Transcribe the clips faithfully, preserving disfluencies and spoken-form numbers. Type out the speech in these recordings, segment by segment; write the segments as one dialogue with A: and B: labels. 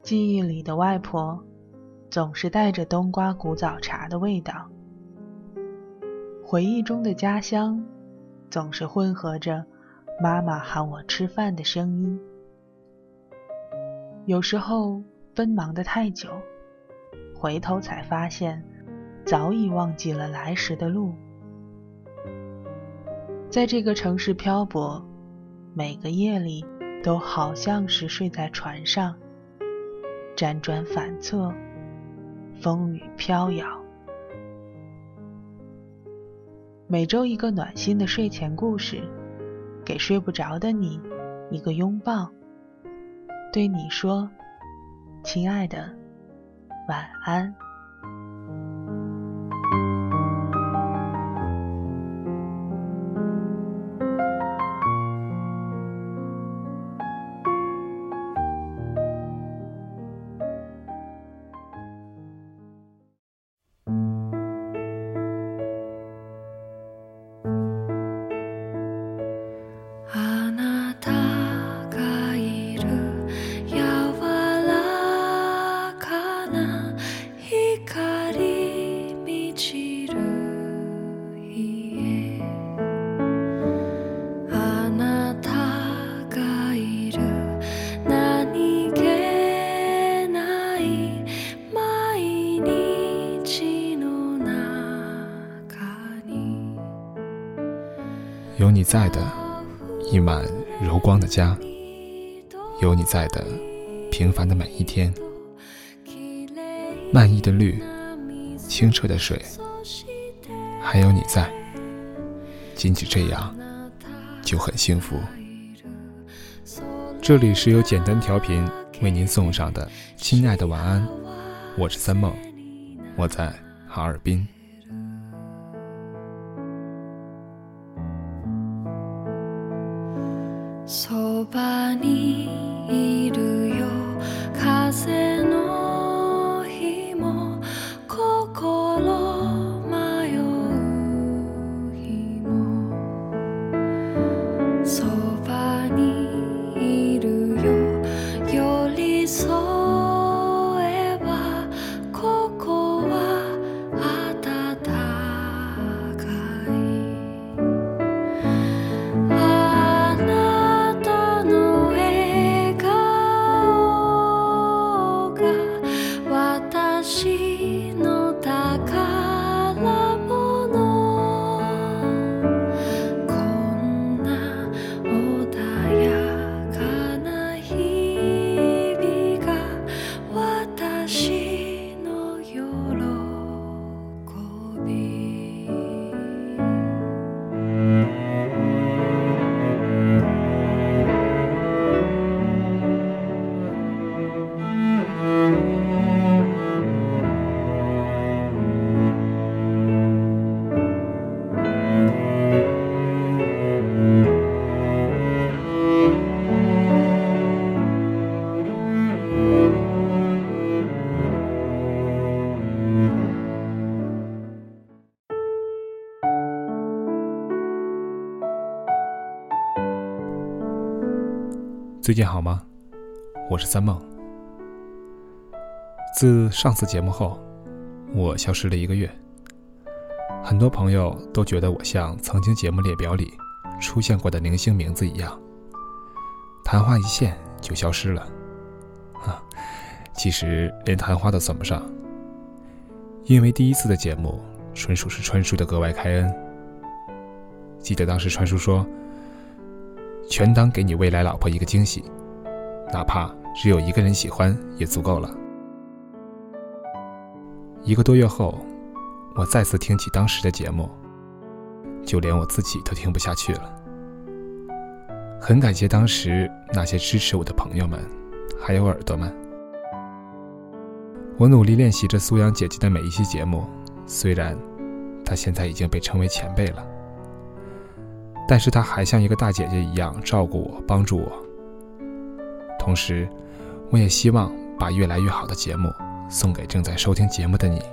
A: 记忆里的外婆总是带着冬瓜古早茶的味道，回忆中的家乡总是混合着妈妈喊我吃饭的声音。有时候奔忙得太久，回头才发现早已忘记了来时的路。在这个城市漂泊，每个夜里都好像是睡在船上，辗转反侧，风雨飘摇。每周一个暖心的睡前故事，给睡不着的你一个拥抱，对你说，亲爱的，晚安。
B: 有你在的一满柔光的家，有你在的平凡的每一天，漫溢的绿，清澈的水，还有你在，仅仅这样就很幸福。这里是由简单调频为您送上的亲爱的晚安，我是三梦，我在哈尔滨。
C: そばにいるよ風の日も心迷う日もそばにいるよ寄り添えばここは暖かい
B: 最近好吗？我是三梦。自上次节目后，我消失了一个月，很多朋友都觉得我像曾经节目列表里出现过的明星名字一样，昙花一现就消失了。啊，其实连昙花都算不上，因为第一次的节目纯属是川叔的格外开恩。记得当时川叔说，全当给你未来老婆一个惊喜，哪怕只有一个人喜欢也足够了。一个多月后，我再次听起当时的节目，就连我自己都听不下去了。很感谢当时那些支持我的朋友们，还有耳朵们。我努力练习着苏阳姐姐的每一期节目，虽然她现在已经被称为前辈了，但是她还像一个大姐姐一样照顾我，帮助我。同时，我也希望把越来越好的节目送给正在收听节目的你。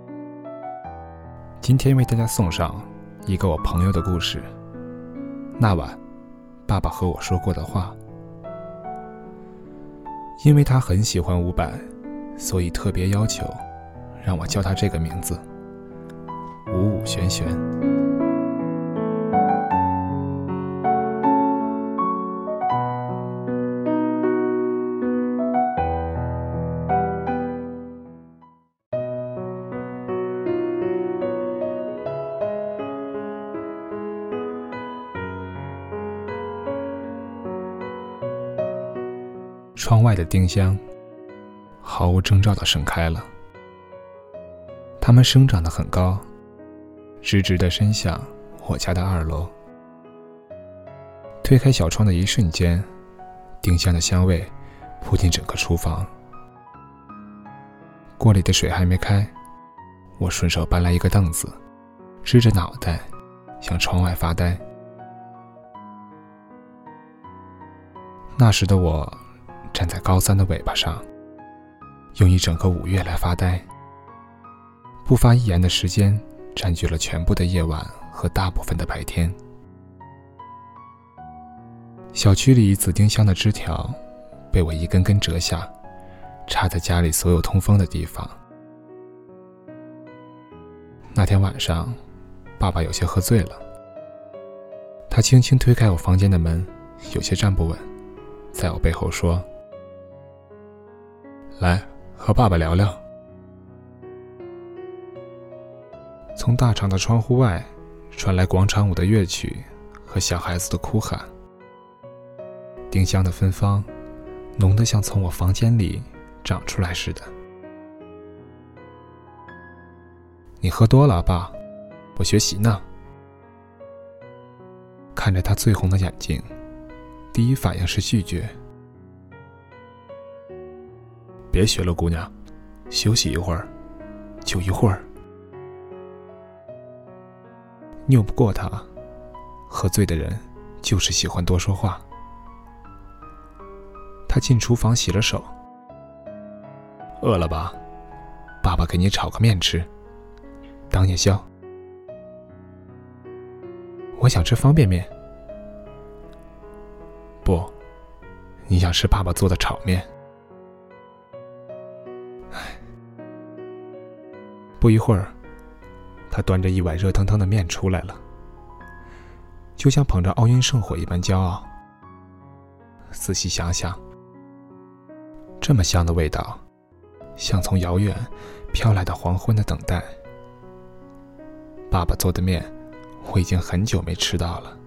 B: 今天为大家送上一个我朋友的故事，那晚爸爸和我说过的话。 因为他很喜欢伍佰，所以特别要求让我叫他这个名字，五五玄玄。窗外的丁香毫无征兆地盛开了，它们生长得很高，直直地伸向我家的二楼。推开小窗的一瞬间，丁香的香味扑进整个厨房。锅里的水还没开，我顺手搬来一个凳子，支着脑袋向窗外发呆。那时的我站在高三的尾巴上，用一整个五月来发呆，不发一言的时间占据了全部的夜晚和大部分的白天。小区里紫丁香的枝条被我一根根折下，插在家里所有通风的地方。那天晚上，爸爸有些喝醉了，他轻轻推开我房间的门，有些站不稳，在我背后说：“来，和爸爸聊聊。”从大厂的窗户外传来广场舞的乐曲和小孩子的哭喊，丁香的芬芳浓得像从我房间里长出来似的。你喝多了，爸，我学习呢。看着他醉红的眼睛，第一反应是拒绝。别学了，姑娘，休息一会儿，就一会儿。拗不过他，喝醉的人就是喜欢多说话。他进厨房洗了手。饿了吧？爸爸给你炒个面吃，当夜宵。我想吃方便面。不，你想吃爸爸做的炒面。唉。不一会儿，他端着一碗热腾腾的面出来了，就像捧着奥运圣火一般骄傲。仔细想想，这么香的味道，像从遥远飘来的黄昏的等待。爸爸做的面，我已经很久没吃到了。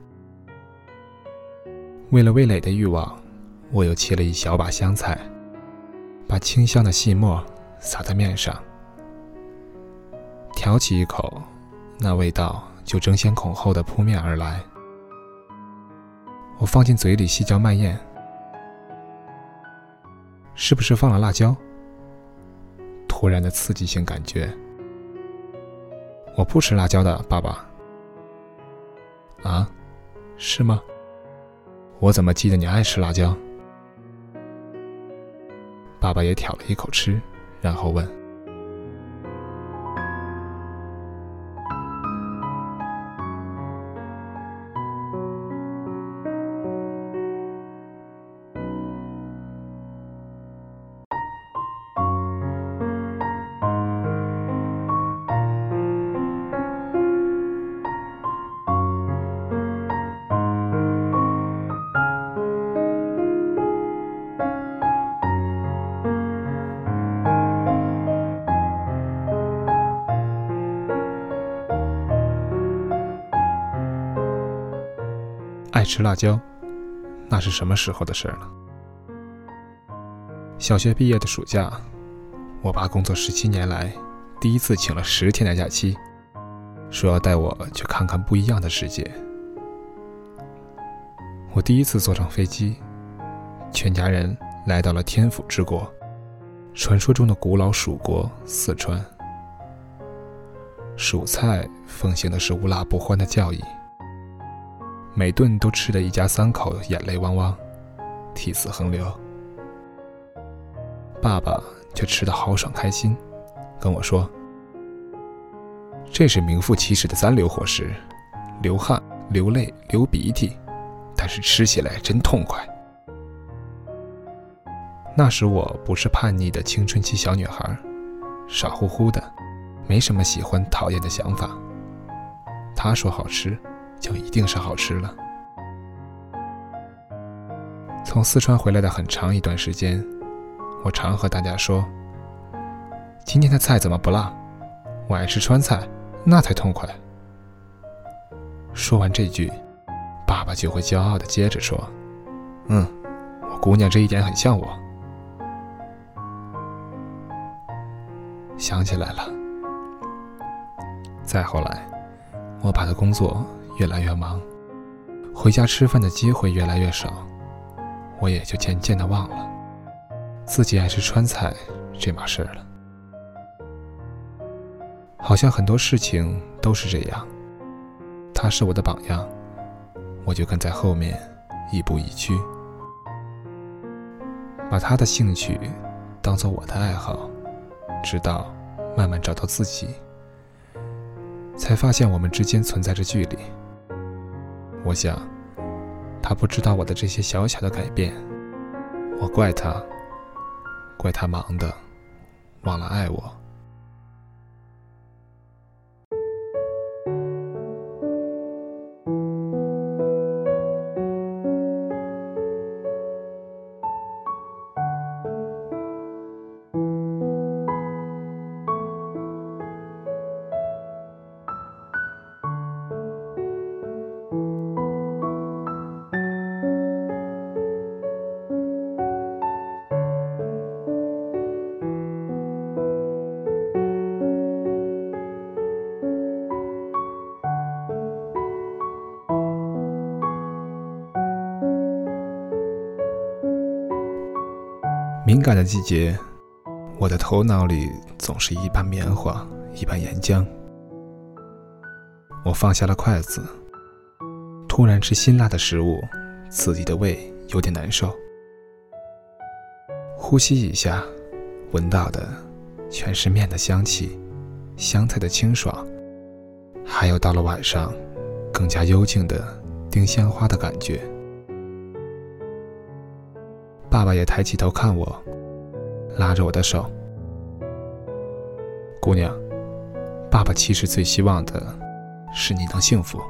B: 为了味蕾的欲望，我又切了一小把香菜，把清香的细末撒在面上。挑起一口，那味道就争先恐后地扑面而来。我放进嘴里细嚼慢咽。是不是放了辣椒？突然的刺激性感觉。我不吃辣椒的，爸爸。啊，是吗？我怎么记得你爱吃辣椒？爸爸也挑了一口吃，然后问：爱吃辣椒，那是什么时候的事了？小学毕业的暑假，我爸工作十七年来第一次请了十天的假期，说要带我去看看不一样的世界。我第一次坐上飞机，全家人来到了天府之国，传说中的古老蜀国四川。蜀菜奉行的是无辣不欢的教义，每顿都吃得一家三口眼泪汪汪，涕泗横流。爸爸却吃得豪爽开心，跟我说：“这是名副其实的三流伙食，流汗、流泪、流鼻涕，但是吃起来真痛快。” 那时我不是叛逆的青春期小女孩，傻乎乎的，没什么喜欢讨厌的想法。他说好吃，就一定是好吃了。从四川回来的很长一段时间，我常和大家说，今天的菜怎么不辣？我爱吃川菜，那才痛快。说完这句，爸爸就会骄傲地接着说，嗯，我姑娘这一点很像我。想起来了。再后来，我爸的工作越来越忙，回家吃饭的机会越来越少，我也就渐渐地忘了自己爱吃川菜这码事了。好像很多事情都是这样，他是我的榜样，我就跟在后面亦步亦趋，把他的兴趣当作我的爱好，直到慢慢找到自己，才发现我们之间存在着距离。我想他不知道我的这些小小的改变，我怪他，怪他忙的忘了爱我。敏感的季节，我的头脑里总是一半棉花，一半岩浆。我放下了筷子，突然吃辛辣的食物，自己的胃有点难受。呼吸一下，闻到的全是面的香气，香菜的清爽，还有到了晚上更加幽静的丁香花的感觉。爸爸也抬起头看我，拉着我的手，姑娘，爸爸其实最希望的是你能幸福。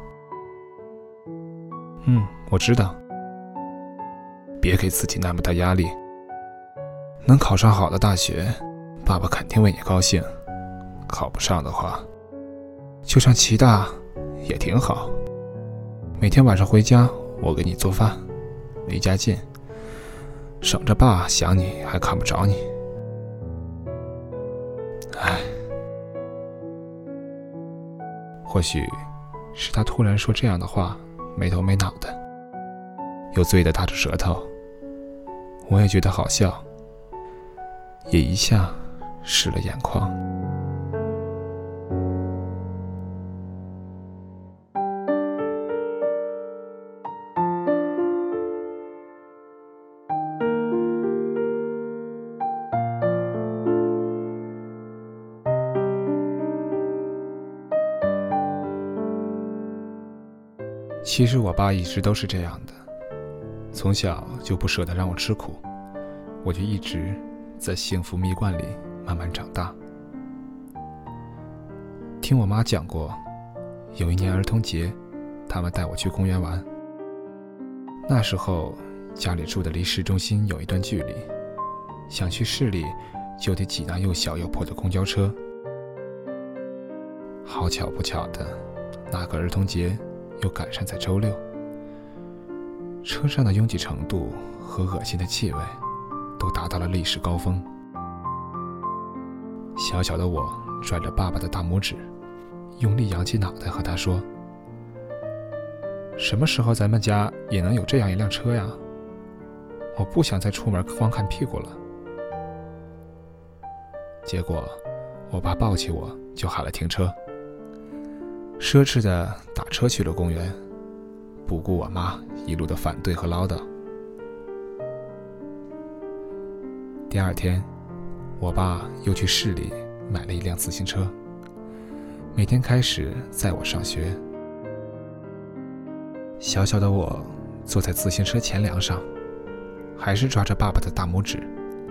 B: 嗯，我知道。别给自己那么大压力，能考上好的大学，爸爸肯定为你高兴，考不上的话，就上齐大也挺好。每天晚上回家，我给你做饭，离家近，省着爸想你还看不着你。唉，或许是他突然说这样的话，没头没脑的，又醉得大着舌头，我也觉得好笑，也一下湿了眼眶。其实我爸一直都是这样的，从小就不舍得让我吃苦，我就一直在幸福蜜罐里慢慢长大。听我妈讲过，有一年儿童节，他们带我去公园玩。那时候家里住的离市中心有一段距离，想去市里就得挤那又小又破的公交车。好巧不巧的，那个儿童节又赶上在周六，车上的拥挤程度和恶心的气味都达到了历史高峰。小小的我拽着爸爸的大拇指，用力扬起脑袋和他说，什么时候咱们家也能有这样一辆车呀？我不想再出门光看屁股了。结果我爸抱起我就喊了停车，奢侈的打车去了公园，不顾我妈一路的反对和唠叨。第二天，我爸又去市里买了一辆自行车，每天开始载我上学。小小的我坐在自行车前梁上，还是抓着爸爸的大拇指，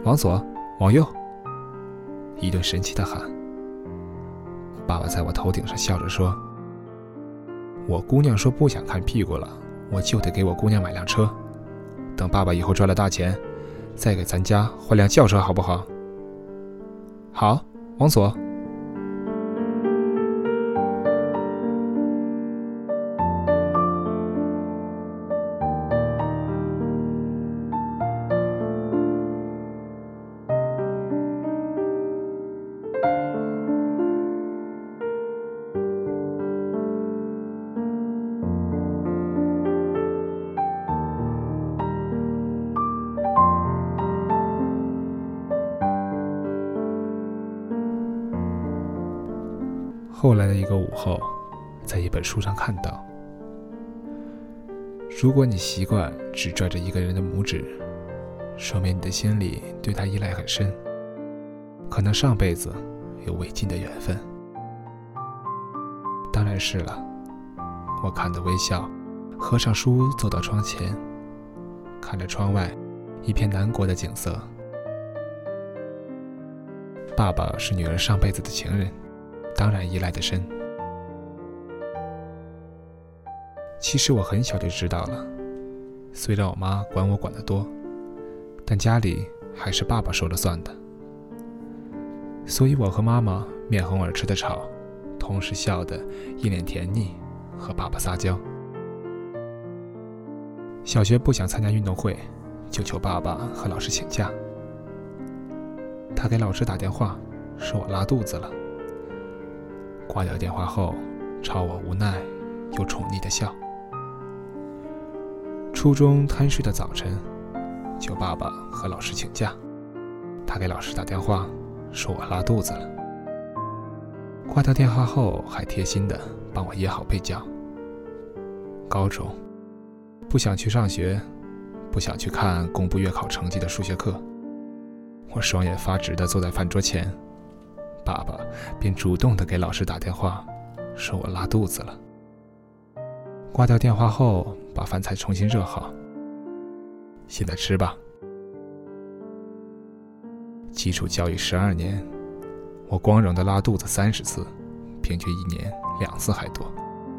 B: 往左，往右，一顿神气的喊。爸爸在我头顶上笑着说，我姑娘说不想看屁股了，我就得给我姑娘买辆车，等爸爸以后赚了大钱，再给咱家换辆轿车好不好？好，往左。后来的一个午后，在一本书上看到，如果你习惯只拽着一个人的拇指，说明你的心里对他依赖很深，可能上辈子有未尽的缘分。当然是了，我看着微笑，合上书走到窗前，看着窗外一片南国的景色。爸爸是女儿上辈子的情人，当然依赖得深。其实我很小就知道了，虽然我妈管我管得多，但家里还是爸爸说了算的。所以我和妈妈面红耳赤的吵，同时笑得一脸甜腻，和爸爸撒娇。小学不想参加运动会，就求爸爸和老师请假。他给老师打电话，说我拉肚子了。挂掉电话后，朝我无奈又宠溺的笑。初中贪睡的早晨，求爸爸和老师请假，他给老师打电话，说我拉肚子了。挂掉电话后，还贴心的帮我掖好被角。高中，不想去上学，不想去看公布月考成绩的数学课，我双眼发直的坐在饭桌前，爸爸便主动的给老师打电话，说我拉肚子了。挂掉电话后，把饭菜重新热好，现在吃吧。基础教育十二年，我光荣的拉肚子三十次，平均一年两次还多。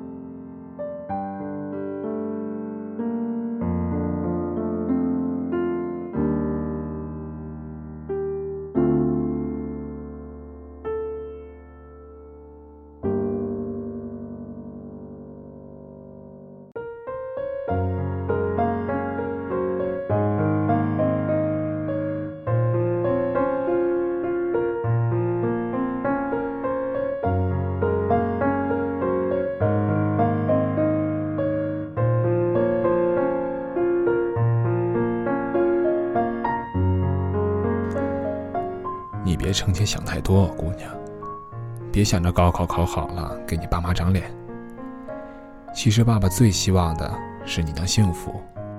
B: 你别成天想太多，姑娘，别想着高考考好了给你爸妈长脸。其实爸爸最希望的是你能幸福。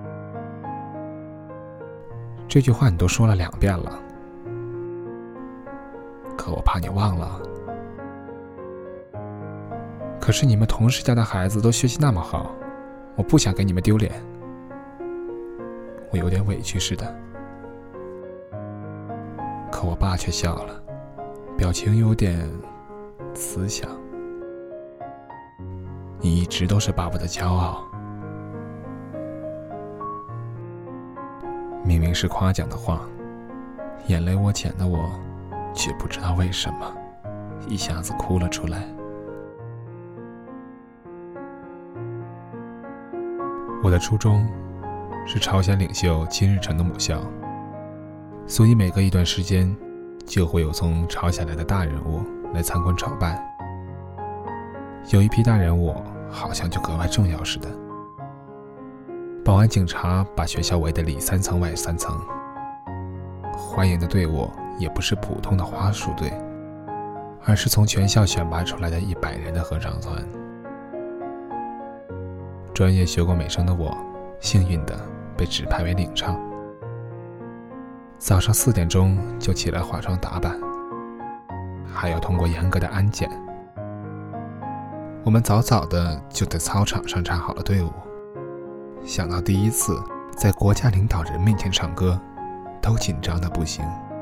B: 这句话你都说了两遍了，可我怕你忘了。可是你们同事家的孩子都学习那么好，我不想给你们丢脸。我有点委屈似的。可我爸却笑了，表情有点慈祥。你一直都是爸爸的骄傲。明明是夸奖的话，眼泪窝浅的我却不知道为什么一下子哭了出来。我的初中是朝鲜领袖金日成的母校，所以每隔一段时间就会有从朝鲜来的大人物来参观朝拜。有一批大人物好像就格外重要似的。保安警察把学校围得里三层外三层，欢迎的队伍也不是普通的花束队，而是从全校选拔出来的一百人的合唱团。专业学过美声的我，幸运的被指派为领唱。早上四点钟就起来化妆打扮，还要通过严格的安检。我们早早的就在操场上站好了队伍。想到第一次在国家领导人面前唱歌， 都紧张的不行。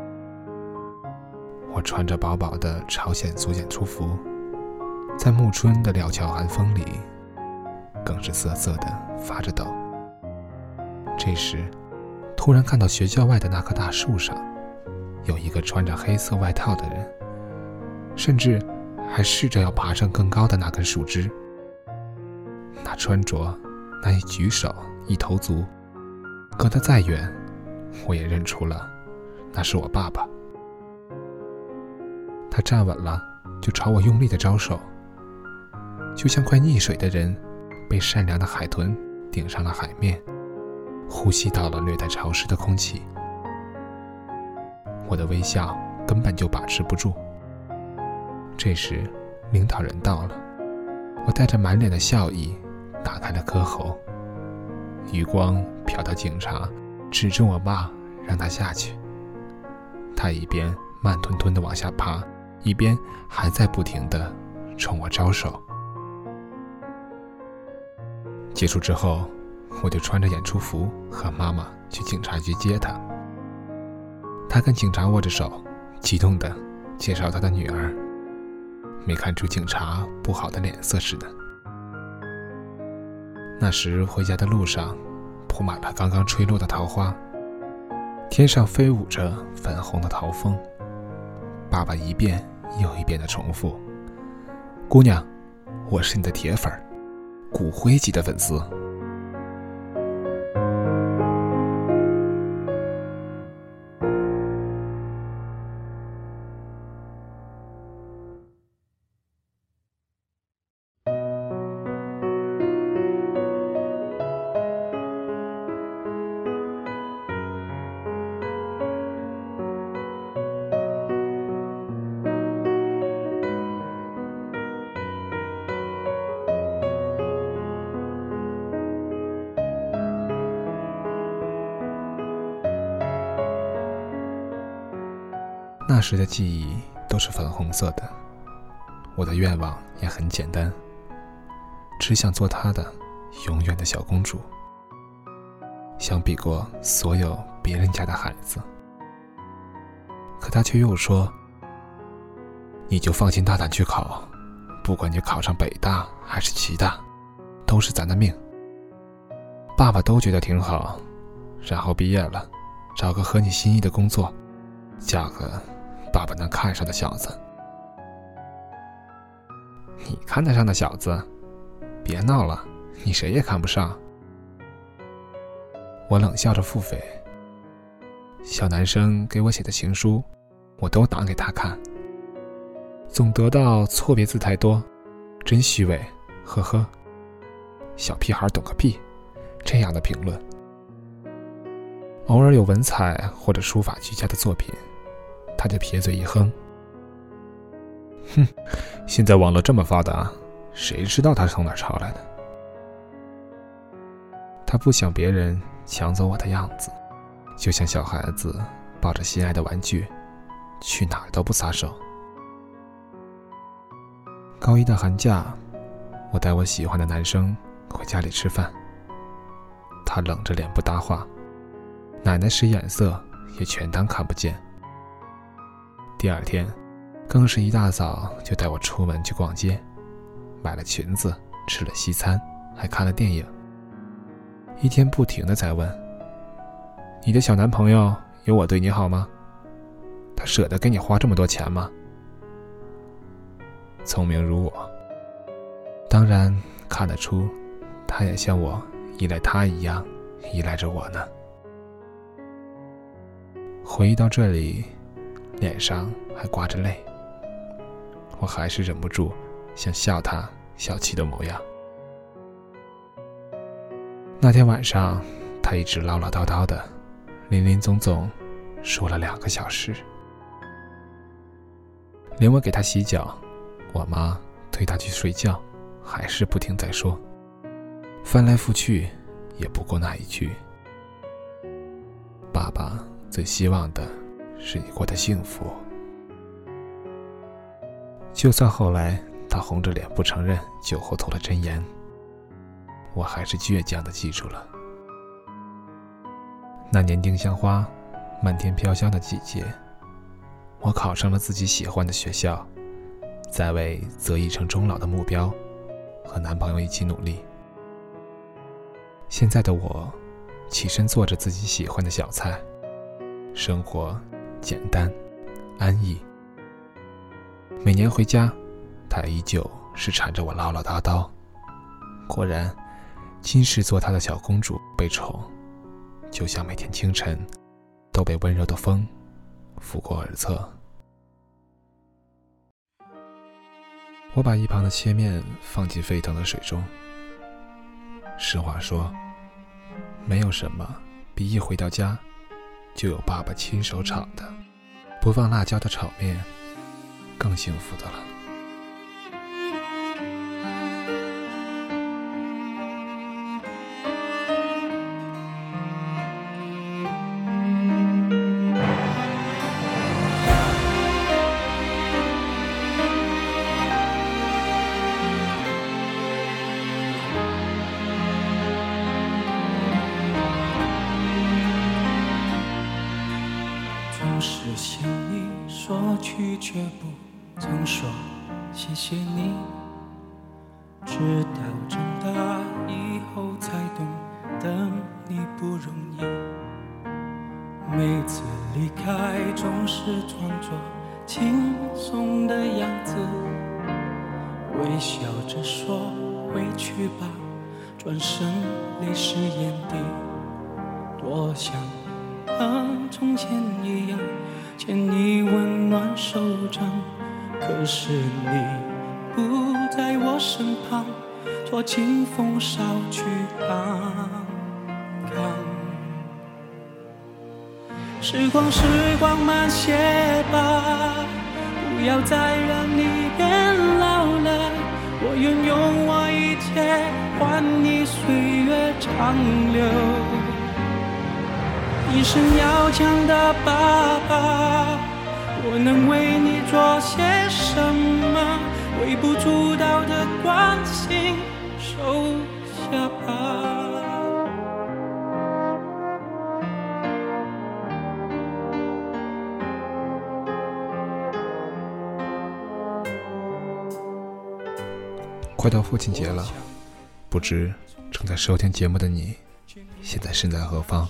B: 我穿着薄薄的朝鲜族演出服，在暮春的料峭寒风里，更是瑟瑟的发着抖。这时，突然看到学校外的那棵大树上，有一个穿着黑色外套的人，甚至还试着要爬上更高的那根树枝。那穿着，那一举手，一投足，隔得再远，我也认出了，那是我爸爸。他站稳了，就朝我用力的招手，就像快溺水的人被善良的海豚顶上了海面，呼吸到了略带潮湿的空气。我的微笑根本就把持不住。这时，领导人到了，我带着满脸的笑意打开了歌喉，余光瞟到警察指着我爸让他下去。他一边慢吞吞地往下爬，一边还在不停地冲我招手。结束之后，我就穿着演出服和妈妈去警察局接他。他跟警察握着手，激动地介绍他的女儿，没看出警察不好的脸色似的。那时回家的路上铺满了刚刚吹落的桃花，天上飞舞着粉红的桃枫。爸爸一遍又一遍地重复：姑娘，我是你的铁粉，骨灰级的粉丝。那时的记忆都是粉红色的，我的愿望也很简单，只想做她的永远的小公主，想比过所有别人家的孩子。可她却又说，你就放心大胆去考，不管你考上北大还是齐大，都是咱的命。爸爸都觉得挺好，然后毕业了，找个合你心意的工作，嫁个爸爸能看上的小子。你看得上的小子？别闹了，你谁也看不上。我冷笑着腹诽，小男生给我写的情书，我都拿给他看，总得到错别字太多，真虚伪，呵呵。小屁孩懂个屁，这样的评论。偶尔有文采或者书法俱佳的作品，他就撇嘴一哼，哼，现在网络这么发达，谁知道他是从哪儿抄来的。他不想别人抢走我的样子，就像小孩子抱着心爱的玩具，去哪儿都不撒手。高一的寒假，我带我喜欢的男生回家里吃饭，他冷着脸不搭话，奶奶使眼色也全当看不见。第二天更是一大早就带我出门去逛街，买了裙子，吃了西餐，还看了电影。一天不停地在问，你的小男朋友有我对你好吗？他舍得给你花这么多钱吗？聪明如我，当然看得出他也像我依赖他一样依赖着我呢。回忆到这里，脸上还挂着泪，我还是忍不住想笑他小气的模样。那天晚上，他一直唠唠叨叨的，林林总总说了两个小时，连我给他洗脚，我妈推他去睡觉，还是不停在说，翻来覆去也不过那一句：爸爸最希望的是你过得幸福。就算后来他红着脸不承认酒后吐了真言，我还是倔强地记住了。那年丁香花， 漫天飘香的季节，我考上了自己喜欢的学校，在为择一城终老的目标和男朋友一起努力。现在的我起身做着自己喜欢的小菜，生活简单安逸。每年回家，她依旧是缠着我唠唠叨叨。果然，今世做她的小公主被宠，就像每天清晨都被温柔的风拂过耳侧。我把一旁的切面放进沸腾的水中。实话说，没有什么比一回到家就有爸爸亲手炒的不放辣椒的炒面更幸福的了。
D: 总是向你说去，却不曾说谢谢你。直到长大以后才懂得你不容易。每次离开总是装作轻松的样子，微笑着说回去吧，转身泪湿眼底。多想和从前一样牵你温暖手掌，可是你不在我身旁，托清风捎去安康。时光时光慢些吧，不要再让你变老了，我愿用我一切换你岁月长留。你是要强的爸爸，我能为你做些什么？微不足道的关心，收下吧。
B: 快到父亲节了，不知正在收听节目的你，现在身在何方？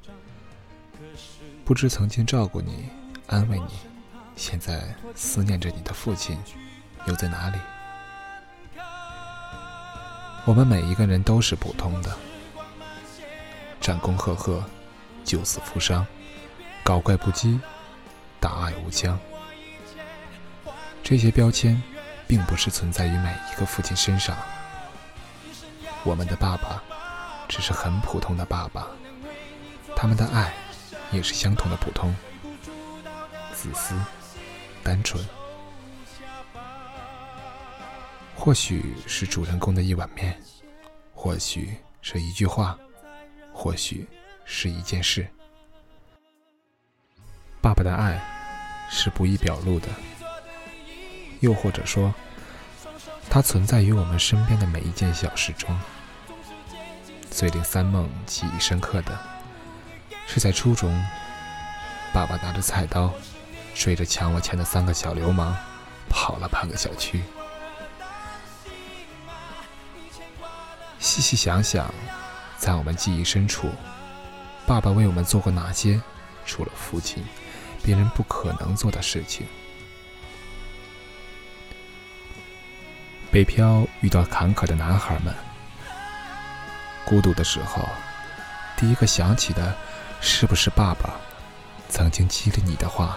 B: 不知曾经照顾你、安慰你，现在思念着你的父亲又在哪里？我们每一个人都是普通的，战功赫赫，救死扶伤，搞怪不羁，大爱无疆。这些标签并不是存在于每一个父亲身上。我们的爸爸只是很普通的爸爸，他们的爱也是相同的普通，自私单纯。或许是主人公的一碗面，或许是一句话，或许是一件事。爸爸的爱是不易表露的，又或者说它存在于我们身边的每一件小事中。最令三梦记忆深刻的是在初中，爸爸拿着菜刀追着抢我钱的三个小流氓跑了半个小区。细细想想，在我们记忆深处，爸爸为我们做过哪些除了父亲别人不可能做的事情？北漂遇到坎坷的男孩们，孤独的时候，第一个想起的是不是爸爸曾经激励你的话？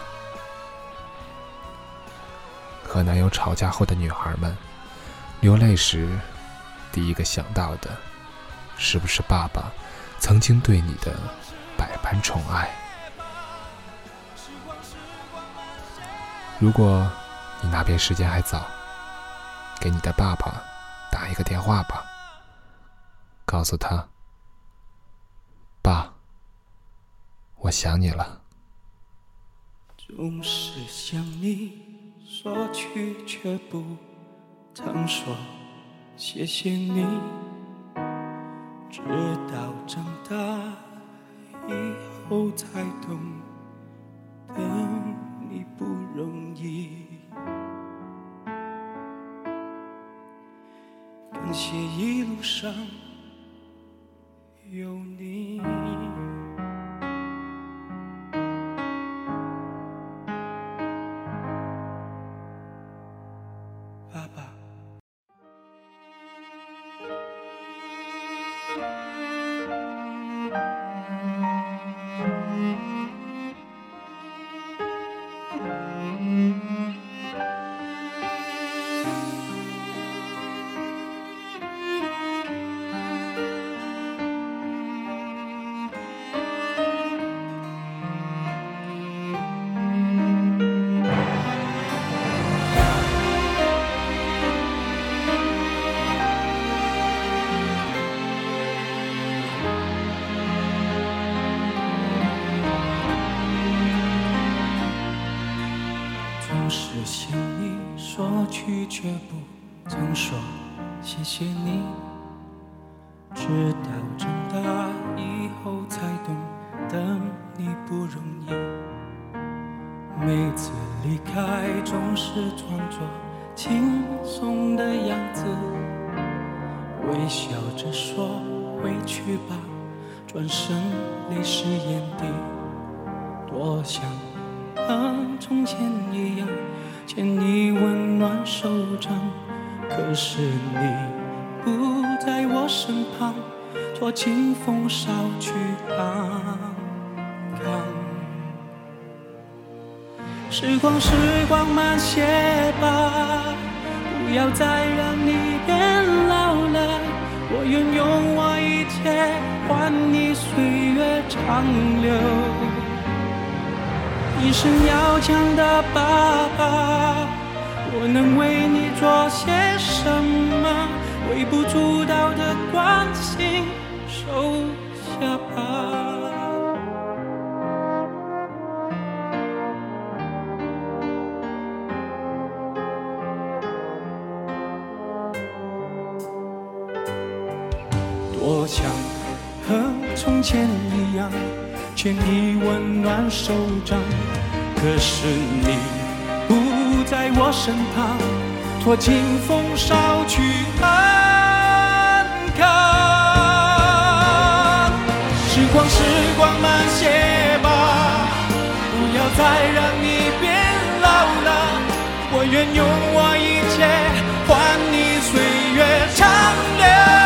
B: 和男友吵架后的女孩们流泪时，第一个想到的是不是爸爸曾经对你的百般宠爱？如果你那边时间还早，给你的爸爸打一个电话吧，告诉他，爸，我想你了。
D: 总是向你说去，却不曾说谢谢你。直到长大以后才懂感谢一路上有你。爸爸，总是向你说去，却不曾说谢谢你。直到长大以后才懂得你不容易。每次离开总是装作轻松的样子，微笑着说回去吧，转身泪湿眼底。多想和从前一样牵你温暖手掌，可是你不在我身旁，托清风捎去安康。时光时光慢些吧，不要再让你变老了，我愿用我一切换你岁月长留。你是要强的爸爸，我能为你做些什么？微不足道的关心，收下吧。多想和从前一样牵你温暖手掌，可是你不在我身旁，托清风捎去安康。时光时光慢些吧，不要再让你变老了，我愿用我一切换你岁月长留。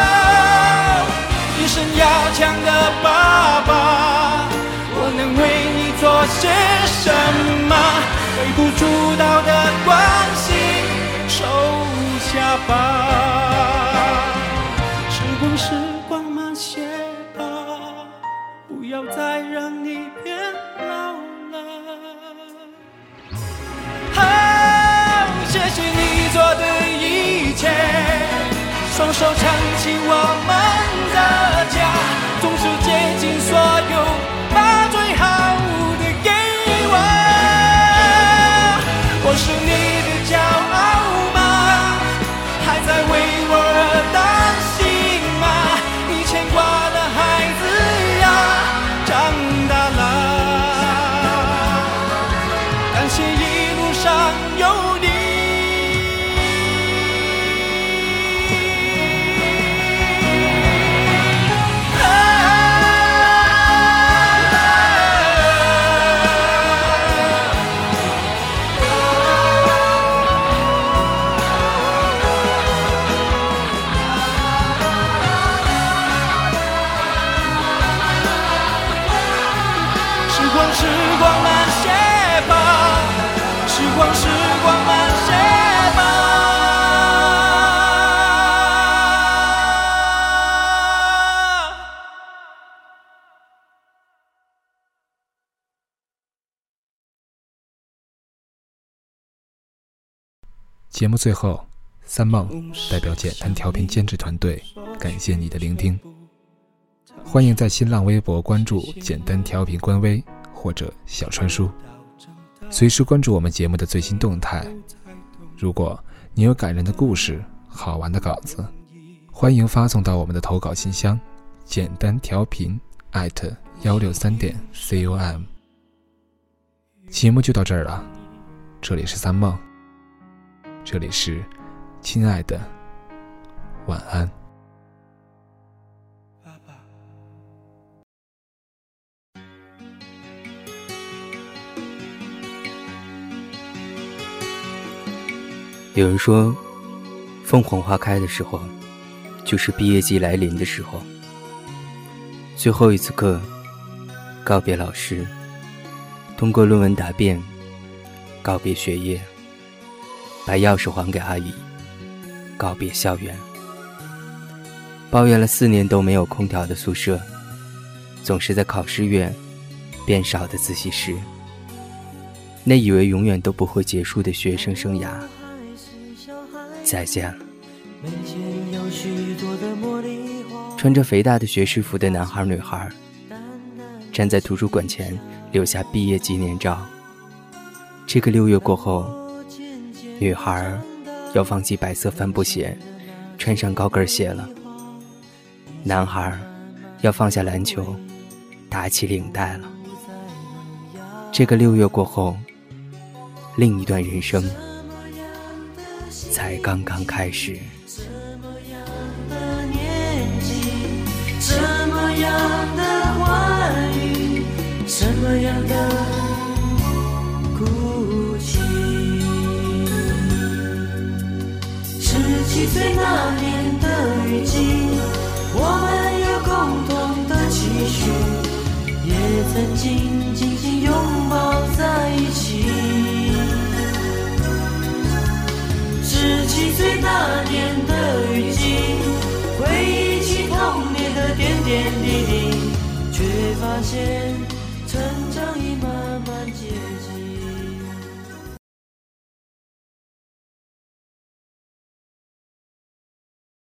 D: 一生要强的爸爸，我能为你做些什么？微不足道的关心，收下吧。时光时光慢些吧，不要再让你变老了。好，谢谢你做的一切，双手撑起我们的家，总是竭尽所有，把最好的给我。我是你的骄傲吗？还在为我而担心吗？你牵挂的孩子呀，长大了。感谢一路上有你。时光慢些吧，时光时光慢些吧。
B: 节目最后，三梦代表简单调频监制团队感谢你的聆听。欢迎在新浪微博关注简单调频官微或者小川叔，随时关注我们节目的最新动态。如果你有感人的故事、好玩的稿子，欢迎发送到我们的投稿信箱简单调频 at 一六三点 com。 节目就到这儿了，这里是三梦，这里是亲爱的， 晚安。
D: 爸爸，
E: 有人说，凤凰花开的时候，就是毕业季来临的时候。最后一次课，告别老师，通过论文答辩，告别学业，把钥匙还给阿姨，告别校园。抱怨了四年都没有空调的宿舍，总是在考试月变少的自习室，那以为永远都不会结束的学生生涯，再见了。穿着肥大的学士服的男孩女孩站在图书馆前留下毕业纪念照。这个六月过后，女孩要放弃白色帆布鞋，穿上高跟鞋了。男孩要放下篮球，打起领带了。这个六月过后，另一段人生才刚刚开始。
F: 什么样的欢愉，什么样的哭泣。十七岁那年的雨季，我们有共同的期许，也曾经紧紧拥抱在一起。十七岁那年的雨季，回忆起童年的点点滴滴，却发现